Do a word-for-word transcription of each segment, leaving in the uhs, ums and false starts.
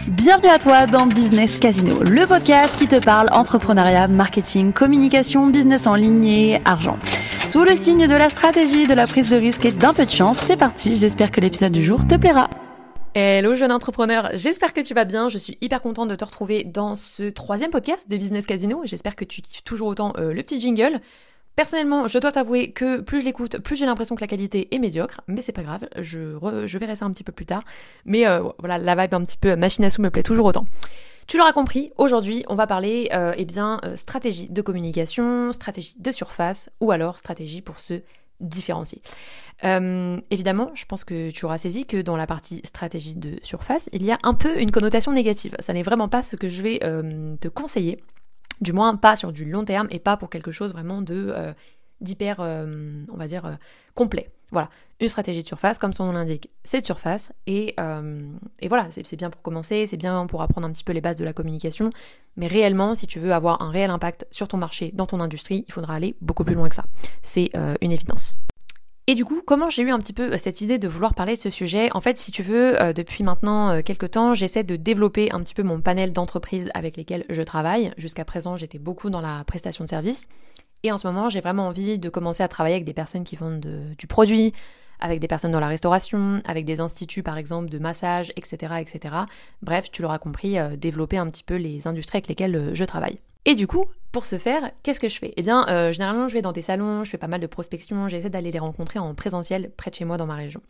Bienvenue à toi dans Business Casino, le podcast qui te parle entrepreneuriat, marketing, communication, business en ligne et argent. Sous le signe de la stratégie, de la prise de risque et d'un peu de chance, c'est parti, j'espère que l'épisode du jour te plaira. Hello jeune entrepreneur, j'espère que tu vas bien, je suis hyper contente de te retrouver dans ce troisième podcast de Business Casino, j'espère que tu kiffes toujours autant euh, le petit jingle. Personnellement, je dois t'avouer que plus je l'écoute, plus j'ai l'impression que la qualité est médiocre, mais c'est pas grave, je, re, je verrai ça un petit peu plus tard. Mais euh, voilà, la vibe un petit peu machine à sous me plaît toujours autant. Tu l'auras compris, aujourd'hui, on va parler euh, eh bien, euh, stratégie de communication, stratégie de surface, ou alors stratégie pour se différencier. Euh, évidemment, je pense que tu auras saisi que dans la partie stratégie de surface, il y a un peu une connotation négative. Ça n'est vraiment pas ce que je vais euh, te conseiller. Du moins pas sur du long terme et pas pour quelque chose vraiment de euh, d'hyper, euh, on va dire, euh, complet. Voilà, une stratégie de surface, comme son nom l'indique, c'est de surface. Et, euh, et voilà, c'est, c'est bien pour commencer, c'est bien pour apprendre un petit peu les bases de la communication. Mais réellement, si tu veux avoir un réel impact sur ton marché, dans ton industrie, il faudra aller beaucoup plus loin que ça. C'est euh, une évidence. Et du coup, comment j'ai eu un petit peu cette idée de vouloir parler de ce sujet ? En fait, si tu veux, euh, depuis maintenant euh, quelques temps, j'essaie de développer un petit peu mon panel d'entreprises avec lesquelles je travaille. Jusqu'à présent, j'étais beaucoup dans la prestation de services. Et en ce moment, j'ai vraiment envie de commencer à travailler avec des personnes qui vendent de, du produit, avec des personnes dans la restauration, avec des instituts, par exemple, de massage, et cetera, et cetera. Bref, tu l'auras compris, euh, développer un petit peu les industries avec lesquelles euh, je travaille. Et du coup, pour ce faire, qu'est-ce que je fais ? Eh bien, euh, généralement, je vais dans des salons, je fais pas mal de prospection, j'essaie d'aller les rencontrer en présentiel près de chez moi dans ma région.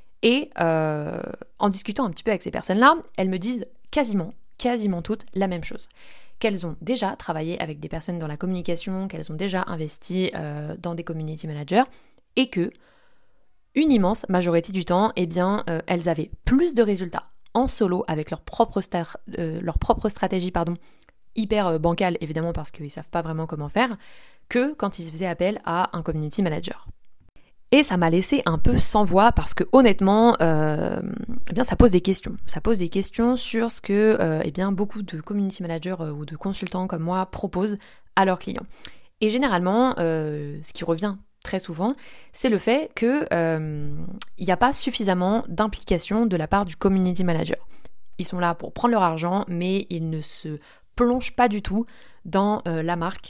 Et euh, en discutant un petit peu avec ces personnes-là, elles me disent quasiment, quasiment toutes la même chose. Qu'elles ont déjà travaillé avec des personnes dans la communication, qu'elles ont déjà investi euh, dans des community managers, et que, une immense majorité du temps, eh bien, euh, elles avaient plus de résultats en solo avec leur propre, star, euh, leur propre stratégie, pardon, hyper bancal évidemment parce qu'ils ne savent pas vraiment comment faire, que quand ils faisaient appel à un community manager. Et ça m'a laissé un peu sans voix parce que honnêtement, euh, eh bien ça pose des questions. Ça pose des questions sur ce que euh, eh bien, beaucoup de community managers euh, ou de consultants comme moi proposent à leurs clients. Et généralement, euh, ce qui revient très souvent, c'est le fait qu'il euh, n'y a pas suffisamment d'implication de la part du community manager. Ils sont là pour prendre leur argent, mais ils ne se plonge pas du tout dans euh, la marque,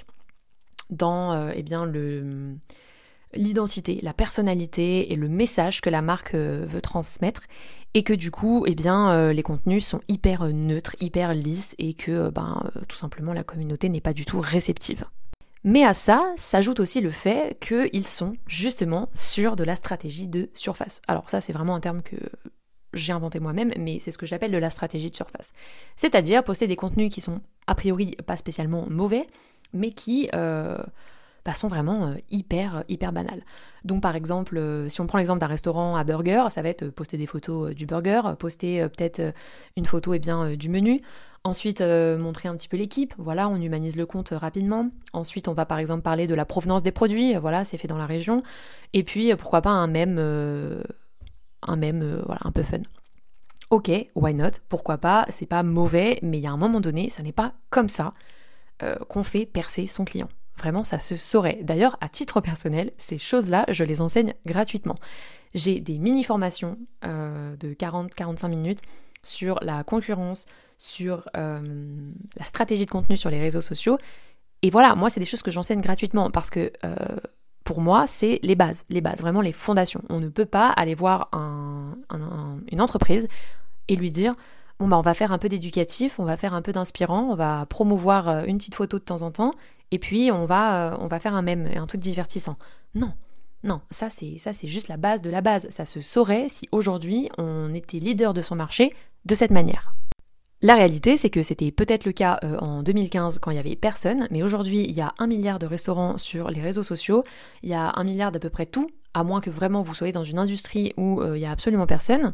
dans euh, eh bien, le, l'identité, la personnalité et le message que la marque euh, veut transmettre, et que du coup, eh bien, euh, les contenus sont hyper euh, neutres, hyper lisses, et que euh, ben, euh, tout simplement la communauté n'est pas du tout réceptive. Mais à ça, s'ajoute aussi le fait qu'ils sont justement sur de la stratégie de surface. Alors ça, c'est vraiment un terme que j'ai inventé moi-même, mais c'est ce que j'appelle de la stratégie de surface. C'est-à-dire poster des contenus qui sont a priori pas spécialement mauvais, mais qui euh, bah, sont vraiment euh, hyper, hyper banals. Donc par exemple, euh, si on prend l'exemple d'un restaurant à burger, ça va être euh, poster des photos euh, du burger, poster euh, peut-être euh, une photo eh bien, euh, du menu, ensuite euh, montrer un petit peu l'équipe, voilà, on humanise le compte euh, rapidement. Ensuite, on va par exemple parler de la provenance des produits, euh, voilà, c'est fait dans la région. Et puis, euh, pourquoi pas un mème... Euh, un mème euh, voilà, un peu fun. Ok, why not, pourquoi pas, c'est pas mauvais, mais il y a un moment donné, ça n'est pas comme ça euh, qu'on fait percer son client. Vraiment, ça se saurait. D'ailleurs, à titre personnel, ces choses-là, je les enseigne gratuitement. J'ai des mini-formations euh, de quarante à quarante-cinq minutes sur la concurrence, sur euh, la stratégie de contenu sur les réseaux sociaux. Et voilà, moi, c'est des choses que j'enseigne gratuitement parce que... Euh, Pour moi, c'est les bases, les bases, vraiment les fondations. On ne peut pas aller voir un, un, un, une entreprise et lui dire « bon bah on va faire un peu d'éducatif, on va faire un peu d'inspirant, on va promouvoir une petite photo de temps en temps, et puis on va, on va faire un mème, un truc divertissant. » Non, non, ça c'est, ça c'est juste la base de la base. Ça se saurait si aujourd'hui on était leader de son marché de cette manière. La réalité, c'est que c'était peut-être le cas euh, en deux mille quinze quand il y avait personne, mais aujourd'hui, il y a un milliard de restaurants sur les réseaux sociaux, il y a un milliard d'à peu près tout, à moins que vraiment vous soyez dans une industrie où euh, il y a absolument personne,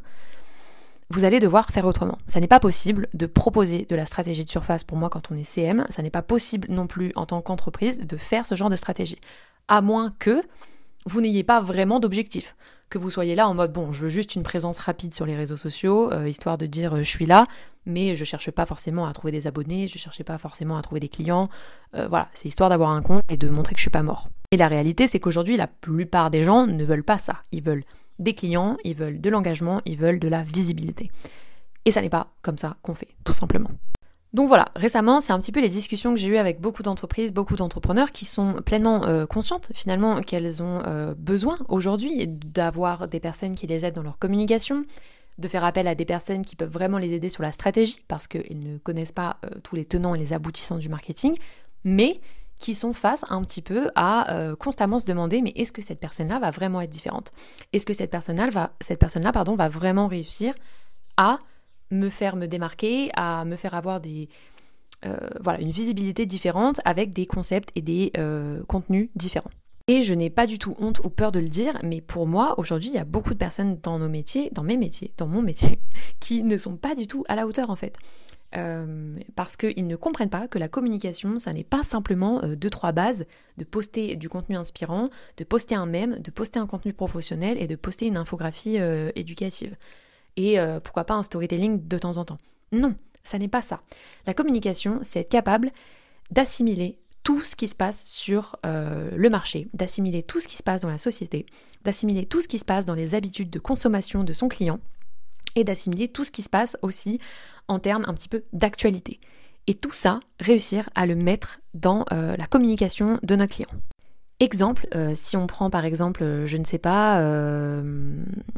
vous allez devoir faire autrement. Ça n'est pas possible de proposer de la stratégie de surface pour moi quand on est C M, ça n'est pas possible non plus en tant qu'entreprise de faire ce genre de stratégie, à moins que vous n'ayez pas vraiment d'objectif. Que vous soyez là en mode, bon, je veux juste une présence rapide sur les réseaux sociaux, euh, histoire de dire, euh, je suis là, mais je cherche pas forcément à trouver des abonnés, je cherche pas forcément à trouver des clients, euh, voilà, c'est histoire d'avoir un compte et de montrer que je suis pas mort. Et la réalité, c'est qu'aujourd'hui, la plupart des gens ne veulent pas ça. Ils veulent des clients, ils veulent de l'engagement, ils veulent de la visibilité. Et ça n'est pas comme ça qu'on fait, tout simplement. Donc voilà, récemment, c'est un petit peu les discussions que j'ai eues avec beaucoup d'entreprises, beaucoup d'entrepreneurs qui sont pleinement euh, conscientes finalement qu'elles ont euh, besoin aujourd'hui d'avoir des personnes qui les aident dans leur communication, de faire appel à des personnes qui peuvent vraiment les aider sur la stratégie parce qu'ils ne connaissent pas euh, tous les tenants et les aboutissants du marketing, mais qui sont face un petit peu à euh, constamment se demander mais est-ce que cette personne-là va vraiment être différente ? Est-ce que cette personne-là va, cette personne-là, pardon, va vraiment réussir à me faire me démarquer, à me faire avoir des, euh, voilà, une visibilité différente avec des concepts et des euh, contenus différents. Et je n'ai pas du tout honte ou peur de le dire, mais pour moi, aujourd'hui, il y a beaucoup de personnes dans nos métiers, dans mes métiers, dans mon métier, qui ne sont pas du tout à la hauteur en fait. Euh, parce qu'ils ne comprennent pas que la communication, ça n'est pas simplement euh, deux, trois bases, de poster du contenu inspirant, de poster un mème, de poster un contenu professionnel et de poster une infographie euh, éducative. Et euh, pourquoi pas un storytelling de temps en temps. Non, ça n'est pas ça. La communication, c'est être capable d'assimiler tout ce qui se passe sur euh, le marché, d'assimiler tout ce qui se passe dans la société, d'assimiler tout ce qui se passe dans les habitudes de consommation de son client et d'assimiler tout ce qui se passe aussi en termes un petit peu d'actualité. Et tout ça, réussir à le mettre dans euh, la communication de notre client. Exemple, euh, si on prend par exemple, euh, je ne sais pas, euh,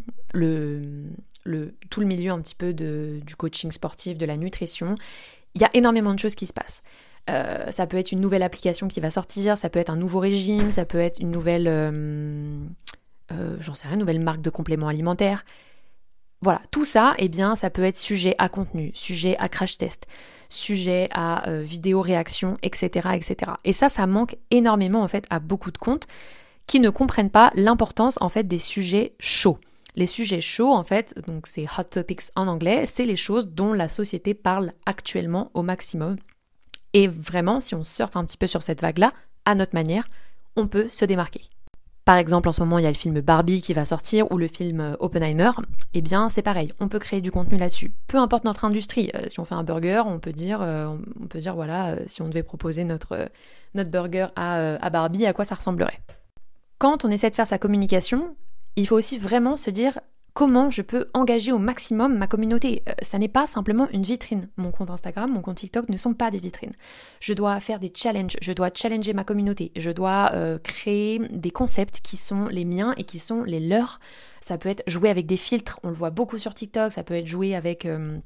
le... Le, tout le milieu un petit peu de, du coaching sportif, de la nutrition, il y a énormément de choses qui se passent. Euh, ça peut être une nouvelle application qui va sortir, ça peut être un nouveau régime, ça peut être une nouvelle, euh, euh, j'en sais rien, une nouvelle marque de compléments alimentaires. Voilà, tout ça, eh bien, ça peut être sujet à contenu, sujet à crash test, sujet à euh, vidéo réaction, et cetera, et cetera. Et ça, ça manque énormément en fait à beaucoup de comptes qui ne comprennent pas l'importance en fait des sujets chauds. Les sujets chauds, en fait, donc c'est hot topics en anglais, c'est les choses dont la société parle actuellement au maximum. Et vraiment, si on surfe un petit peu sur cette vague-là, à notre manière, on peut se démarquer. Par exemple, en ce moment, il y a le film Barbie qui va sortir ou le film Oppenheimer. Eh bien, c'est pareil, on peut créer du contenu là-dessus. Peu importe notre industrie. Euh, si on fait un burger, on peut dire, euh, on peut dire voilà, euh, si on devait proposer notre, euh, notre burger à, euh, à Barbie, à quoi ça ressemblerait. Quand on essaie de faire sa communication, il faut aussi vraiment se dire comment je peux engager au maximum ma communauté. Euh, ça n'est pas simplement une vitrine. Mon compte Instagram, mon compte TikTok ne sont pas des vitrines. Je dois faire des challenges, je dois challenger ma communauté, je dois euh, créer des concepts qui sont les miens et qui sont les leurs. Ça peut être jouer avec des filtres, on le voit beaucoup sur TikTok, ça peut être jouer avec euh,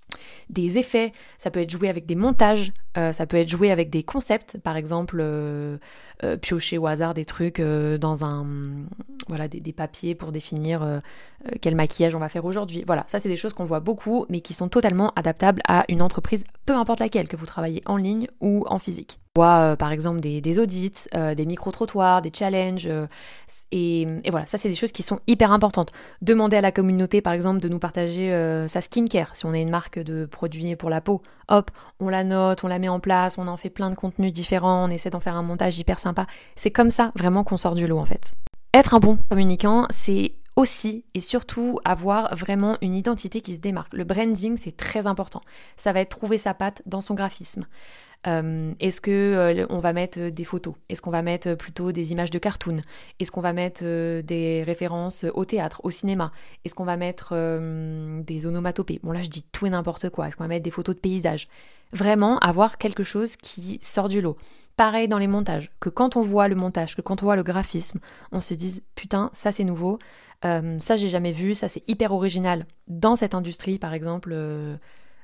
des effets, ça peut être joué avec des montages, euh, ça peut être joué avec des concepts, par exemple euh, euh, piocher au hasard des trucs euh, dans un voilà des, des papiers pour définir euh, euh, quel maquillage on va faire aujourd'hui. Voilà, ça c'est des choses qu'on voit beaucoup mais qui sont totalement adaptables à une entreprise, peu importe laquelle, que vous travaillez en ligne ou en physique. On voit euh, par exemple des, des audits, euh, des micro-trottoirs, des challenges euh, et, et voilà, ça c'est des choses qui sont hyper importantes. Demander à la communauté par exemple de nous partager euh, sa skincare, si on est une marque de produits pour la peau, hop, on la note, on la met en place, on en fait plein de contenus différents, on essaie d'en faire un montage hyper sympa. C'est comme ça vraiment qu'on sort du lot en fait. Être un bon communicant, c'est aussi et surtout avoir vraiment une identité qui se démarque. Le branding, c'est très important. Ça va être trouver sa patte dans son graphisme. Euh, est-ce que euh, on va mettre des photos? Est-ce qu'on va mettre plutôt des images de cartoon? Est-ce qu'on va mettre euh, des références au théâtre, au cinéma? Est-ce qu'on va mettre euh, des onomatopées? Bon là je dis tout et n'importe quoi. Est-ce qu'on va mettre des photos de paysages? Vraiment avoir quelque chose qui sort du lot. Pareil dans les montages, que quand on voit le montage, que quand on voit le graphisme, on se dise putain ça c'est nouveau, euh, ça j'ai jamais vu, ça c'est hyper original dans cette industrie par exemple. Euh,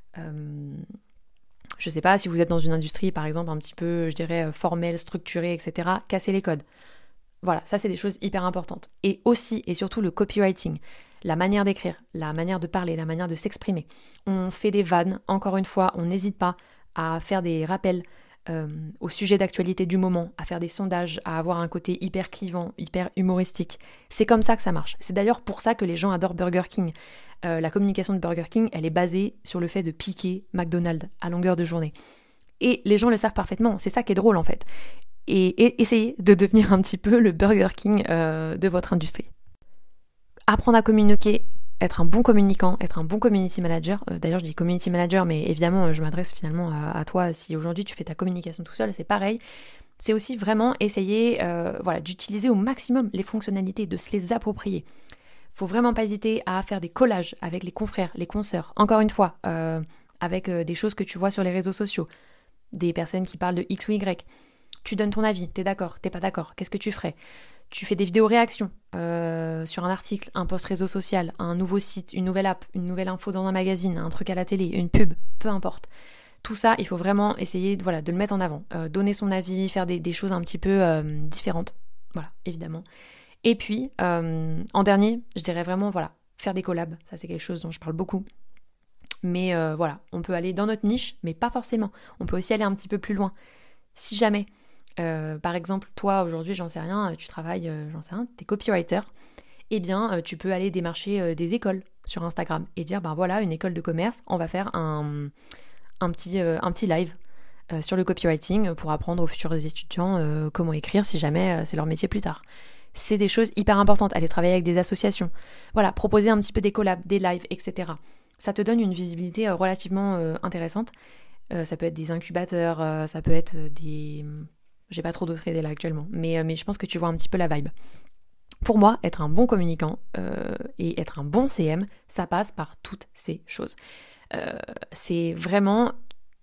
euh, Je sais pas, si vous êtes dans une industrie, par exemple, un petit peu, je dirais, formelle, structurée, et cetera, cassez les codes. Voilà, ça, c'est des choses hyper importantes. Et aussi, et surtout, le copywriting, la manière d'écrire, la manière de parler, la manière de s'exprimer. On fait des vannes, encore une fois, on n'hésite pas à faire des rappels euh, au sujet d'actualité du moment, à faire des sondages, à avoir un côté hyper clivant, hyper humoristique. C'est comme ça que ça marche. C'est d'ailleurs pour ça que les gens adorent Burger King. Euh, la communication de Burger King, elle est basée sur le fait de piquer McDonald's à longueur de journée. Et les gens le savent parfaitement, c'est ça qui est drôle en fait. Et, et essayez de devenir un petit peu le Burger King euh, de votre industrie. Apprendre à communiquer, être un bon communicant, être un bon community manager. Euh, d'ailleurs je dis community manager, mais évidemment je m'adresse finalement à, à toi. Si aujourd'hui tu fais ta communication tout seul, c'est pareil. C'est aussi vraiment essayer euh, voilà, d'utiliser au maximum les fonctionnalités, de se les approprier. Faut vraiment pas hésiter à faire des collages avec les confrères, les consoeurs. Encore une fois, euh, avec euh, des choses que tu vois sur les réseaux sociaux, des personnes qui parlent de X ou Y. Tu donnes ton avis, t'es d'accord, t'es pas d'accord, qu'est-ce que tu ferais? Tu fais des vidéos réactions euh, sur un article, un post réseau social, un nouveau site, une nouvelle app, une nouvelle info dans un magazine, un truc à la télé, une pub, peu importe. Tout ça, il faut vraiment essayer voilà, de le mettre en avant, euh, donner son avis, faire des, des choses un petit peu euh, différentes. Voilà, évidemment. Et puis, euh, en dernier, je dirais vraiment, voilà, faire des collabs. Ça, c'est quelque chose dont je parle beaucoup. Mais euh, voilà, on peut aller dans notre niche, mais pas forcément. On peut aussi aller un petit peu plus loin. Si jamais, euh, par exemple, toi, aujourd'hui, j'en sais rien, tu travailles, euh, j'en sais rien, t'es copywriter, eh bien, euh, tu peux aller démarcher euh, des écoles sur Instagram et dire, ben voilà, une école de commerce, on va faire un, un, petit, euh, un petit live euh, sur le copywriting pour apprendre aux futurs étudiants euh, comment écrire si jamais euh, c'est leur métier plus tard. C'est des choses hyper importantes, aller travailler avec des associations. Voilà, proposer un petit peu des collabs, des lives, et cetera. Ça te donne une visibilité euh, relativement euh, intéressante. Euh, ça peut être des incubateurs, euh, ça peut être des... J'ai pas trop d'autres idées là actuellement, mais, euh, mais je pense que tu vois un petit peu la vibe. Pour moi, être un bon communicant euh, et être un bon C M, ça passe par toutes ces choses. Euh, c'est vraiment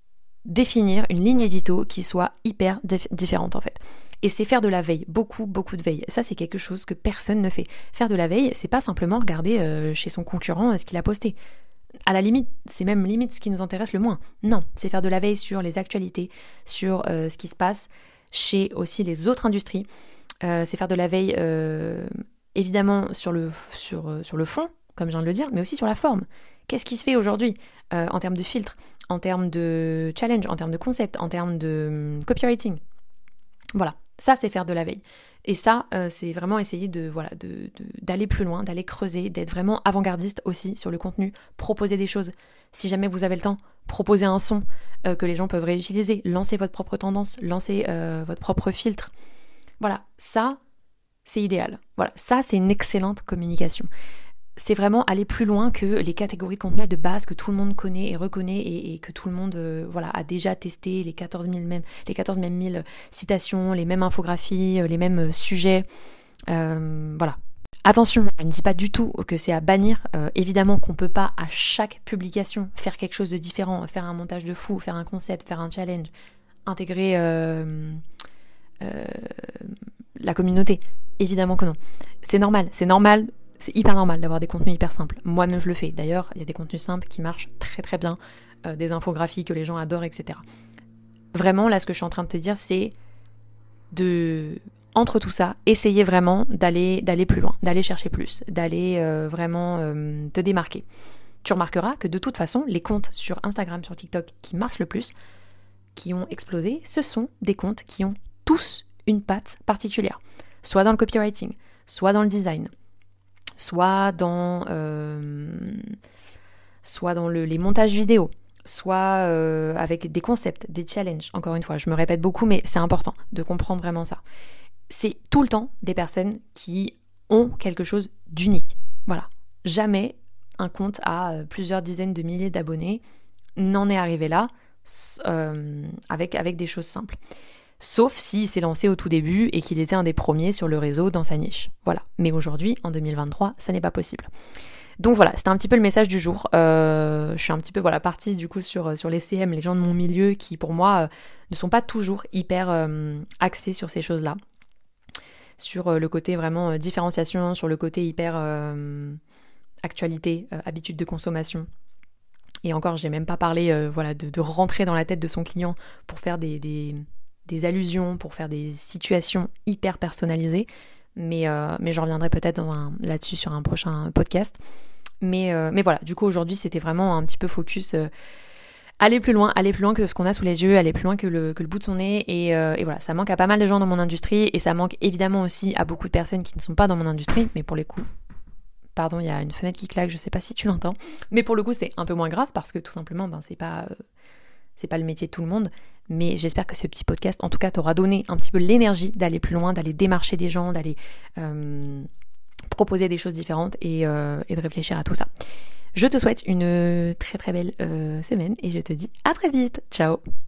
définir une ligne édito qui soit hyper dif- différente en fait. Et c'est faire de la veille, beaucoup, beaucoup de veille. Ça, c'est quelque chose que personne ne fait. Faire de la veille, c'est pas simplement regarder euh, chez son concurrent euh, ce qu'il a posté. À la limite, c'est même limite ce qui nous intéresse le moins. Non, c'est faire de la veille sur les actualités, sur euh, ce qui se passe chez aussi les autres industries. Euh, c'est faire de la veille, euh, évidemment, sur le, sur, euh, sur le fond, comme je viens de le dire, mais aussi sur la forme. Qu'est-ce qui se fait aujourd'hui euh, en termes de filtre, en termes de challenge, en termes de concept, en termes de um, copywriting. Voilà, ça c'est faire de la veille. Et ça, euh, c'est vraiment essayer de, voilà, de, de, d'aller plus loin, d'aller creuser, d'être vraiment avant-gardiste aussi sur le contenu, proposer des choses. Si jamais vous avez le temps, proposez un son euh, que les gens peuvent réutiliser, lancez votre propre tendance, lancez euh, votre propre filtre. Voilà, ça, c'est idéal. Voilà, ça, c'est une excellente communication. C'est vraiment aller plus loin que les catégories de contenu de base que tout le monde connaît et reconnaît et, et que tout le monde euh, voilà, a déjà testé, les quatorze mille mêmes, les quatorze mêmes mille citations, les mêmes infographies, les mêmes sujets. Euh, voilà. Attention, je ne dis pas du tout que c'est à bannir. Euh, évidemment qu'on ne peut pas à chaque publication faire quelque chose de différent, faire un montage de fou, faire un concept, faire un challenge, intégrer euh, euh, la communauté. Évidemment que non. C'est normal, c'est normal. C'est hyper normal d'avoir des contenus hyper simples. Moi-même, je le fais. D'ailleurs, il y a des contenus simples qui marchent très très bien, euh, des infographies que les gens adorent, et cetera. Vraiment, là, ce que je suis en train de te dire, c'est de, entre tout ça, essayer vraiment d'aller, d'aller plus loin, d'aller chercher plus, d'aller euh, vraiment euh, te démarquer. Tu remarqueras que de toute façon, les comptes sur Instagram, sur TikTok qui marchent le plus, qui ont explosé, ce sont des comptes qui ont tous une patte particulière. Soit dans le copywriting, soit dans le design, soit dans, euh, soit dans le, les montages vidéo, soit euh, avec des concepts, des challenges. Encore une fois, je me répète beaucoup, mais c'est important de comprendre vraiment ça. C'est tout le temps des personnes qui ont quelque chose d'unique. Voilà. Jamais un compte à plusieurs dizaines de milliers d'abonnés n'en est arrivé là euh, avec, avec des choses simples. Sauf s'il s'est lancé au tout début et qu'il était un des premiers sur le réseau dans sa niche. Voilà. Mais aujourd'hui, en deux mille vingt-trois, ça n'est pas possible. Donc voilà, c'était un petit peu le message du jour. Euh, je suis un petit peu voilà, partie du coup sur, sur les C M, les gens de mon milieu qui pour moi euh, ne sont pas toujours hyper euh, axés sur ces choses-là. Sur euh, le côté vraiment euh, différenciation, sur le côté hyper euh, actualité, euh, habitude de consommation. Et encore, j'ai même pas parlé euh, voilà, de, de rentrer dans la tête de son client pour faire des... des des allusions, pour faire des situations hyper personnalisées, mais, euh, mais j'en reviendrai peut-être dans un, là-dessus sur un prochain podcast. Mais, euh, mais voilà, du coup aujourd'hui c'était vraiment un petit peu focus, euh, aller plus loin, aller plus loin que ce qu'on a sous les yeux, aller plus loin que le, que le bout de son nez, et, euh, et voilà, ça manque à pas mal de gens dans mon industrie, et ça manque évidemment aussi à beaucoup de personnes qui ne sont pas dans mon industrie, mais pour les coups, pardon, il y a une fenêtre qui claque, je sais pas si tu l'entends, mais pour le coup c'est un peu moins grave, parce que tout simplement, ben c'est pas... Euh, c'est pas le métier de tout le monde, mais j'espère que ce petit podcast, en tout cas, t'aura donné un petit peu l'énergie d'aller plus loin, d'aller démarcher des gens, d'aller euh, proposer des choses différentes et, euh, et de réfléchir à tout ça. Je te souhaite une très très belle euh, semaine et je te dis à très vite. Ciao!